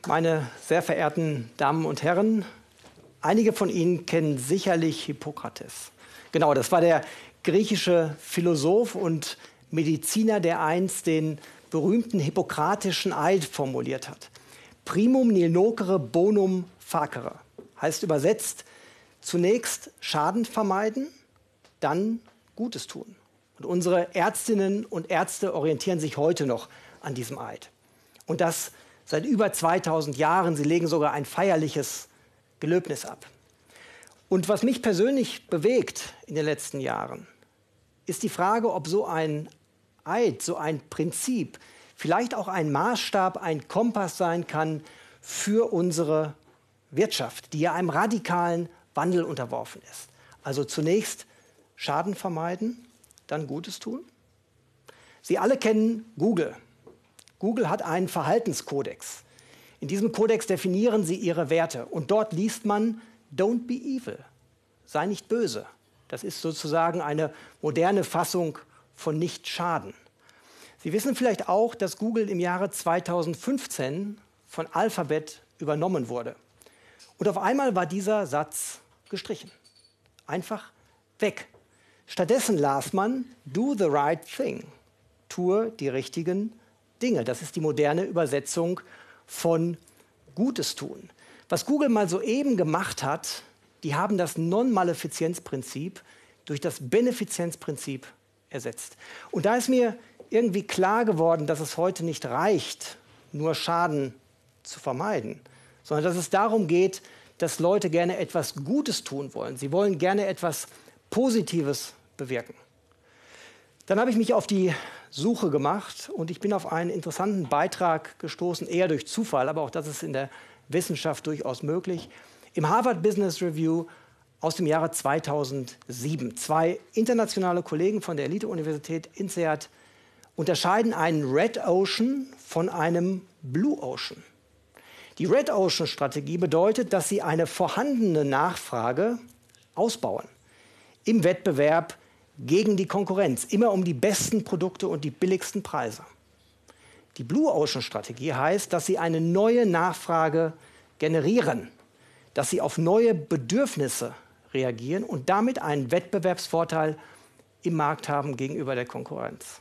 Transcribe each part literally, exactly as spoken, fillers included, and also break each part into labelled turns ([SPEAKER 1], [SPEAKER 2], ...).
[SPEAKER 1] Meine sehr verehrten Damen und Herren, einige von Ihnen kennen sicherlich Hippokrates. Genau, das war der griechische Philosoph und Mediziner, der einst den berühmten hippokratischen Eid formuliert hat. Primum nil nocere bonum facere. Heißt übersetzt, zunächst Schaden vermeiden, dann Gutes tun. Und unsere Ärztinnen und Ärzte orientieren sich heute noch an diesem Eid. Und das seit über zweitausend Jahren. Sie legen sogar ein feierliches Gelöbnis ab. Und was mich persönlich bewegt in den letzten Jahren, ist die Frage, ob so ein Eid, so ein Prinzip, vielleicht auch ein Maßstab, ein Kompass sein kann für unsere Wirtschaft, die ja einem radikalen Wandel unterworfen ist. Also zunächst Schaden vermeiden, dann Gutes tun. Sie alle kennen Google. Google hat einen Verhaltenskodex. In diesem Kodex definieren sie ihre Werte. Und dort liest man, don't be evil, sei nicht böse. Das ist sozusagen eine moderne Fassung von nicht schaden. Sie wissen vielleicht auch, dass Google im Jahre zweitausendfünfzehn von Alphabet übernommen wurde. Und auf einmal war dieser Satz gestrichen. Einfach weg. Stattdessen las man, do the right thing, tue die richtigen Dinge. Das ist die moderne Übersetzung von Gutes tun. Was Google mal soeben gemacht hat, die haben das Non-Malefizienz-Prinzip durch das Benefizienzprinzip ersetzt. Und da ist mir irgendwie klar geworden, dass es heute nicht reicht, nur Schaden zu vermeiden, sondern dass es darum geht, dass Leute gerne etwas Gutes tun wollen. Sie wollen gerne etwas Positives bewirken. Dann habe ich mich auf die Suche gemacht und ich bin auf einen interessanten Beitrag gestoßen, eher durch Zufall, aber auch das ist in der Wissenschaft durchaus möglich. Im Harvard Business Review aus dem Jahre zweitausendsieben. Zwei internationale Kollegen von der Elite-Universität INSEAD unterscheiden einen Red Ocean von einem Blue Ocean. Die Red Ocean-Strategie bedeutet, dass sie eine vorhandene Nachfrage ausbauen. Im Wettbewerb gegen die Konkurrenz, immer um die besten Produkte und die billigsten Preise. Die Blue Ocean-Strategie heißt, dass sie eine neue Nachfrage generieren, dass sie auf neue Bedürfnisse reagieren und damit einen Wettbewerbsvorteil im Markt haben gegenüber der Konkurrenz.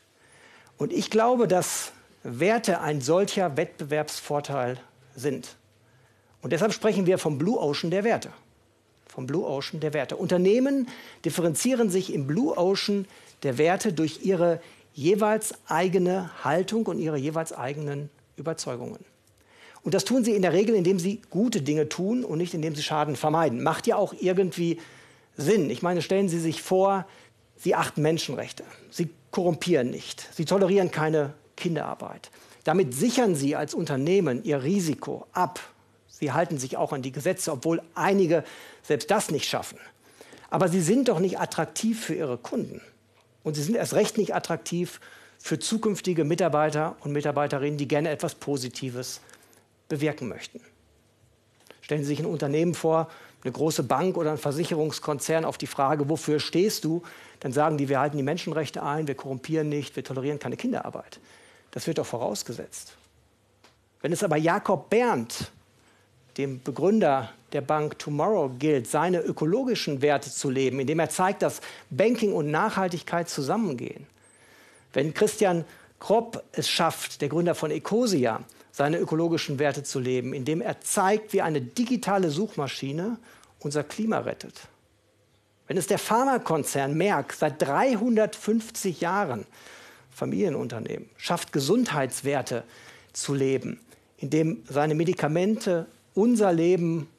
[SPEAKER 1] Und ich glaube, dass Werte ein solcher Wettbewerbsvorteil sind. Und deshalb sprechen wir vom Blue Ocean der Werte. Vom Blue Ocean der Werte. Unternehmen differenzieren sich im Blue Ocean der Werte durch ihre jeweils eigene Haltung und ihre jeweils eigenen Überzeugungen. Und das tun sie in der Regel, indem sie gute Dinge tun und nicht indem sie Schaden vermeiden. Macht ja auch irgendwie Sinn. Ich meine, stellen Sie sich vor, Sie achten Menschenrechte. Sie korrumpieren nicht. Sie tolerieren keine Kinderarbeit. Damit sichern Sie als Unternehmen Ihr Risiko ab. Sie halten sich auch an die Gesetze, obwohl einige selbst das nicht schaffen. Aber Sie sind doch nicht attraktiv für Ihre Kunden. Und Sie sind erst recht nicht attraktiv für zukünftige Mitarbeiter und Mitarbeiterinnen, die gerne etwas Positives bewirken möchten. Stellen Sie sich ein Unternehmen vor, eine große Bank oder ein Versicherungskonzern, auf die Frage, wofür stehst du? Dann sagen die, wir halten die Menschenrechte ein, wir korrumpieren nicht, wir tolerieren keine Kinderarbeit. Das wird doch vorausgesetzt. Wenn es aber Jakob Berndt, dem Begründer der Bank Tomorrow, gilt, seine ökologischen Werte zu leben, indem er zeigt, dass Banking und Nachhaltigkeit zusammengehen. Wenn Christian Kropp es schafft, der Gründer von Ecosia, seine ökologischen Werte zu leben, indem er zeigt, wie eine digitale Suchmaschine unser Klima rettet. Wenn es der Pharmakonzern Merck seit dreihundertfünfzig Jahren, Familienunternehmen, schafft, Gesundheitswerte zu leben, indem seine Medikamente unser Leben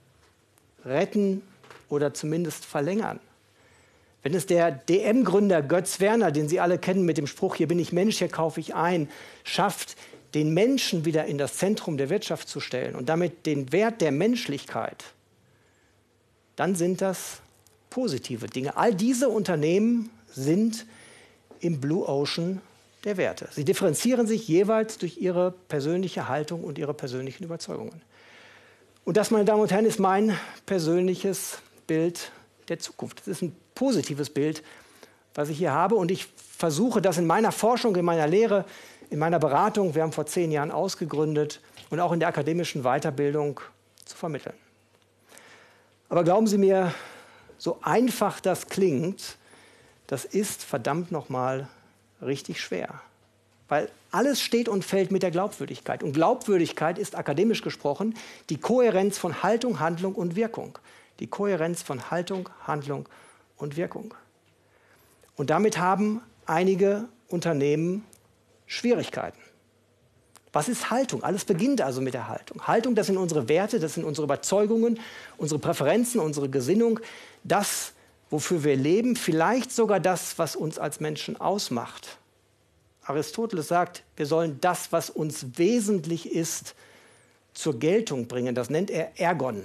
[SPEAKER 1] retten oder zumindest verlängern. Wenn es der D M-Gründer Götz Werner, den Sie alle kennen mit dem Spruch, hier bin ich Mensch, hier kaufe ich ein, schafft, den Menschen wieder in das Zentrum der Wirtschaft zu stellen und damit den Wert der Menschlichkeit, dann sind das positive Dinge. All diese Unternehmen sind im Blue Ocean der Werte. Sie differenzieren sich jeweils durch ihre persönliche Haltung und ihre persönlichen Überzeugungen. Und das, meine Damen und Herren, ist mein persönliches Bild der Zukunft. Das ist ein positives Bild, was ich hier habe. Und ich versuche, das in meiner Forschung, in meiner Lehre in meiner Beratung, wir haben vor zehn Jahren ausgegründet, und auch in der akademischen Weiterbildung zu vermitteln. Aber glauben Sie mir, so einfach das klingt, das ist verdammt nochmal richtig schwer. Weil alles steht und fällt mit der Glaubwürdigkeit. Und Glaubwürdigkeit ist akademisch gesprochen die Kohärenz von Haltung, Handlung und Wirkung. Die Kohärenz von Haltung, Handlung und Wirkung. Und damit haben einige Unternehmen Schwierigkeiten. Was ist Haltung? Alles beginnt also mit der Haltung. Haltung, das sind unsere Werte, das sind unsere Überzeugungen, unsere Präferenzen, unsere Gesinnung, das, wofür wir leben, vielleicht sogar das, was uns als Menschen ausmacht. Aristoteles sagt, wir sollen das, was uns wesentlich ist, zur Geltung bringen. Das nennt er Ergon.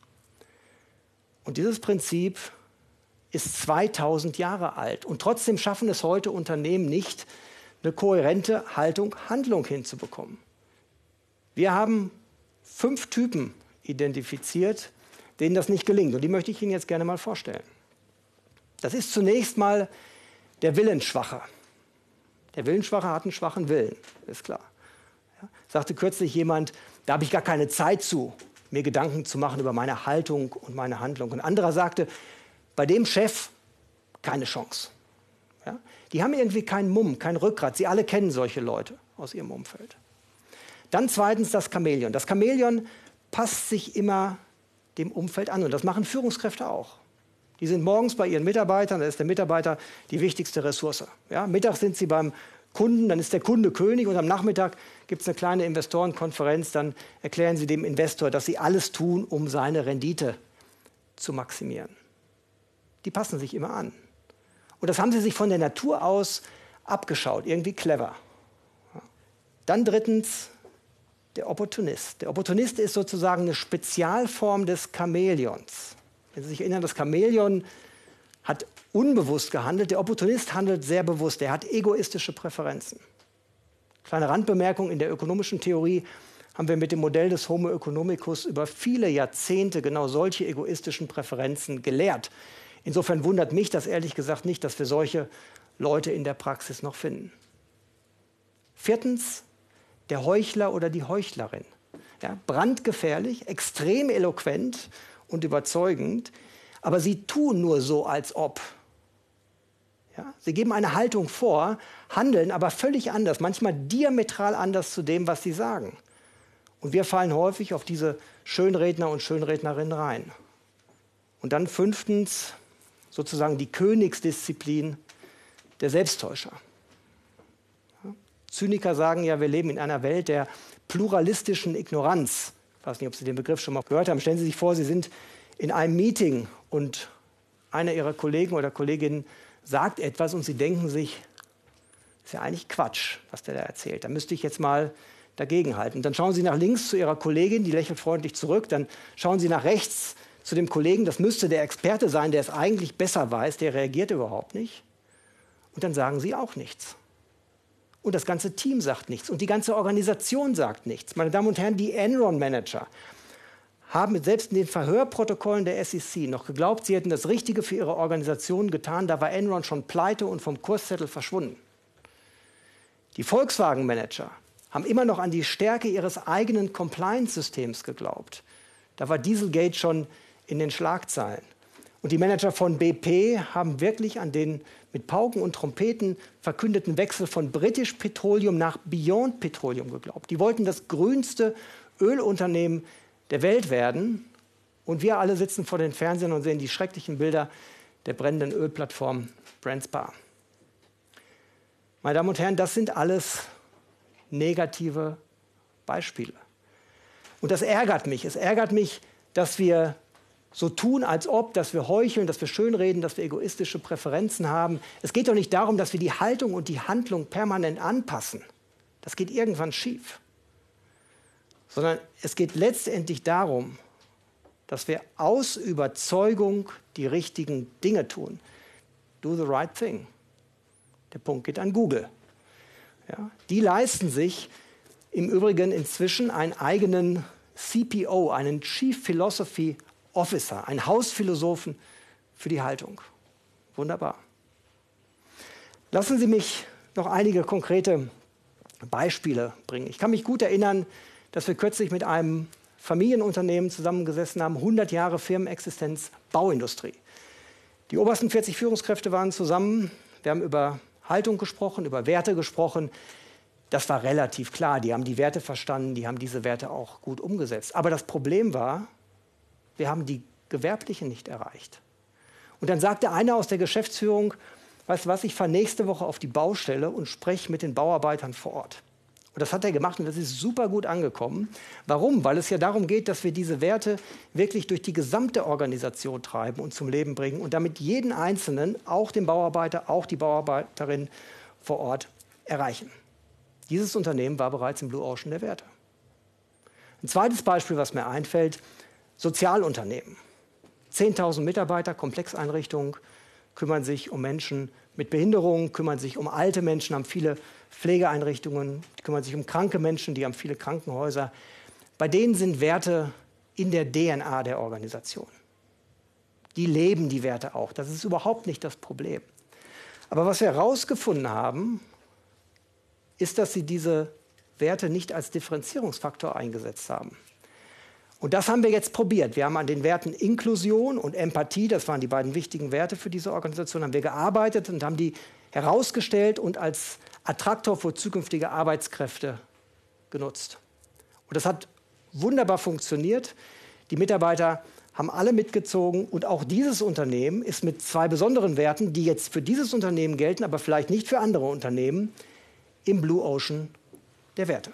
[SPEAKER 1] Und dieses Prinzip ist zweitausend Jahre alt. Und trotzdem schaffen es heute Unternehmen nicht, eine kohärente Haltung, Handlung hinzubekommen. Wir haben fünf Typen identifiziert, denen das nicht gelingt. Und die möchte ich Ihnen jetzt gerne mal vorstellen. Das ist zunächst mal der Willensschwache. Der Willensschwache hat einen schwachen Willen, ist klar. Ja, sagte kürzlich jemand, da habe ich gar keine Zeit zu, mir Gedanken zu machen über meine Haltung und meine Handlung. Und ein anderer sagte, bei dem Chef keine Chance. Ja? Die haben irgendwie keinen Mumm, kein Rückgrat. Sie alle kennen solche Leute aus ihrem Umfeld. Dann zweitens das Chamäleon. Das Chamäleon passt sich immer dem Umfeld an. Und das machen Führungskräfte auch. Die sind morgens bei ihren Mitarbeitern, da ist der Mitarbeiter die wichtigste Ressource. Ja? Mittags sind sie beim Kunden, dann ist der Kunde König. Und am Nachmittag gibt es eine kleine Investorenkonferenz. Dann erklären sie dem Investor, dass sie alles tun, um seine Rendite zu maximieren. Die passen sich immer an. Und das haben sie sich von der Natur aus abgeschaut, irgendwie clever. Dann drittens der Opportunist. Der Opportunist ist sozusagen eine Spezialform des Chamäleons. Wenn Sie sich erinnern, das Chamäleon hat unbewusst gehandelt, der Opportunist handelt sehr bewusst, er hat egoistische Präferenzen. Kleine Randbemerkung, in der ökonomischen Theorie haben wir mit dem Modell des Homo economicus über viele Jahrzehnte genau solche egoistischen Präferenzen gelehrt. Insofern wundert mich das ehrlich gesagt nicht, dass wir solche Leute in der Praxis noch finden. Viertens, der Heuchler oder die Heuchlerin. Ja, brandgefährlich, extrem eloquent und überzeugend, aber sie tun nur so, als ob. Ja, sie geben eine Haltung vor, handeln aber völlig anders, manchmal diametral anders zu dem, was sie sagen. Und wir fallen häufig auf diese Schönredner und Schönrednerinnen rein. Und dann fünftens, sozusagen die Königsdisziplin der Selbsttäuscher. Ja, Zyniker sagen ja, wir leben in einer Welt der pluralistischen Ignoranz. Ich weiß nicht, ob Sie den Begriff schon mal gehört haben. Stellen Sie sich vor, Sie sind in einem Meeting und einer Ihrer Kollegen oder Kolleginnen sagt etwas und Sie denken sich, das ist ja eigentlich Quatsch, was der da erzählt. Da müsste ich jetzt mal dagegenhalten. Dann schauen Sie nach links zu Ihrer Kollegin, die lächelt freundlich zurück. Dann schauen Sie nach rechts zu dem Kollegen, das müsste der Experte sein, der es eigentlich besser weiß, der reagiert überhaupt nicht. Und dann sagen Sie auch nichts. Und das ganze Team sagt nichts und die ganze Organisation sagt nichts. Meine Damen und Herren, die Enron-Manager haben selbst in den Verhörprotokollen der S E C noch geglaubt, sie hätten das Richtige für ihre Organisation getan. Da war Enron schon pleite und vom Kurszettel verschwunden. Die Volkswagen-Manager haben immer noch an die Stärke ihres eigenen Compliance-Systems geglaubt. Da war Dieselgate schon in den Schlagzeilen. Und die Manager von B P haben wirklich an den mit Pauken und Trompeten verkündeten Wechsel von British Petroleum nach Beyond Petroleum geglaubt. Die wollten das grünste Ölunternehmen der Welt werden. Und wir alle sitzen vor den Fernsehern und sehen die schrecklichen Bilder der brennenden Ölplattform Brent Spar. Meine Damen und Herren, das sind alles negative Beispiele. Und das ärgert mich. Es ärgert mich, dass wir so tun, als ob, dass wir heucheln, dass wir schönreden, dass wir egoistische Präferenzen haben. Es geht doch nicht darum, dass wir die Haltung und die Handlung permanent anpassen. Das geht irgendwann schief. Sondern es geht letztendlich darum, dass wir aus Überzeugung die richtigen Dinge tun. Do the right thing. Der Punkt geht an Google. Ja, die leisten sich im Übrigen inzwischen einen eigenen C P O, einen Chief Philosophy Officer, einen Hausphilosophen für die Haltung. Wunderbar. Lassen Sie mich noch einige konkrete Beispiele bringen. Ich kann mich gut erinnern, dass wir kürzlich mit einem Familienunternehmen zusammengesessen haben, hundert Jahre Firmenexistenz, Bauindustrie. Die obersten vierzig Führungskräfte waren zusammen. Wir haben über Haltung gesprochen, über Werte gesprochen. Das war relativ klar. Die haben die Werte verstanden, die haben diese Werte auch gut umgesetzt. Aber das Problem war, wir haben die Gewerblichen nicht erreicht. Und dann sagte einer aus der Geschäftsführung, weißt du was, ich fahre nächste Woche auf die Baustelle und spreche mit den Bauarbeitern vor Ort. Und das hat er gemacht und das ist super gut angekommen. Warum? Weil es ja darum geht, dass wir diese Werte wirklich durch die gesamte Organisation treiben und zum Leben bringen und damit jeden Einzelnen, auch den Bauarbeiter, auch die Bauarbeiterin vor Ort erreichen. Dieses Unternehmen war bereits im Blue Ocean der Werte. Ein zweites Beispiel, was mir einfällt, Sozialunternehmen. zehntausend Mitarbeiter, Komplexeinrichtungen, kümmern sich um Menschen mit Behinderungen, kümmern sich um alte Menschen, haben viele Pflegeeinrichtungen, kümmern sich um kranke Menschen, die haben viele Krankenhäuser. Bei denen sind Werte in der D N A der Organisation. Die leben die Werte auch. Das ist überhaupt nicht das Problem. Aber was wir herausgefunden haben, ist, dass sie diese Werte nicht als Differenzierungsfaktor eingesetzt haben. Und das haben wir jetzt probiert. Wir haben an den Werten Inklusion und Empathie, das waren die beiden wichtigen Werte für diese Organisation, haben wir gearbeitet und haben die herausgestellt und als Attraktor für zukünftige Arbeitskräfte genutzt. Und das hat wunderbar funktioniert. Die Mitarbeiter haben alle mitgezogen und auch dieses Unternehmen ist mit zwei besonderen Werten, die jetzt für dieses Unternehmen gelten, aber vielleicht nicht für andere Unternehmen, im Blue Ocean der Werte.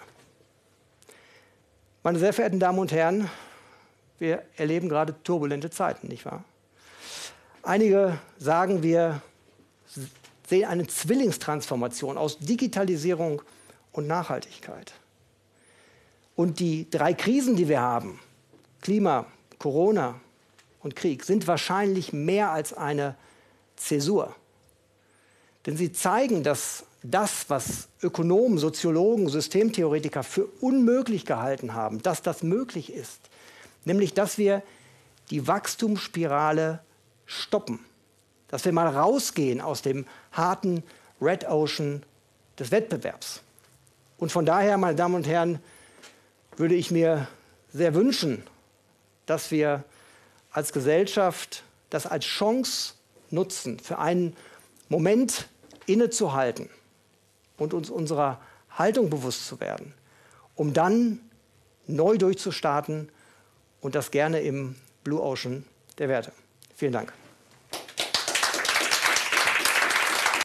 [SPEAKER 1] Meine sehr verehrten Damen und Herren, wir erleben gerade turbulente Zeiten, nicht wahr? Einige sagen, wir sehen eine Zwillingstransformation aus Digitalisierung und Nachhaltigkeit. Und die drei Krisen, die wir haben, Klima, Corona und Krieg, sind wahrscheinlich mehr als eine Zäsur. Denn sie zeigen, dass das, was Ökonomen, Soziologen, Systemtheoretiker für unmöglich gehalten haben, dass das möglich ist. Nämlich, dass wir die Wachstumsspirale stoppen. Dass wir mal rausgehen aus dem harten Red Ocean des Wettbewerbs. Und von daher, meine Damen und Herren, würde ich mir sehr wünschen, dass wir als Gesellschaft das als Chance nutzen, für einen Moment innezuhalten und uns unserer Haltung bewusst zu werden, um dann neu durchzustarten und das gerne im Blue Ocean der Werte. Vielen Dank.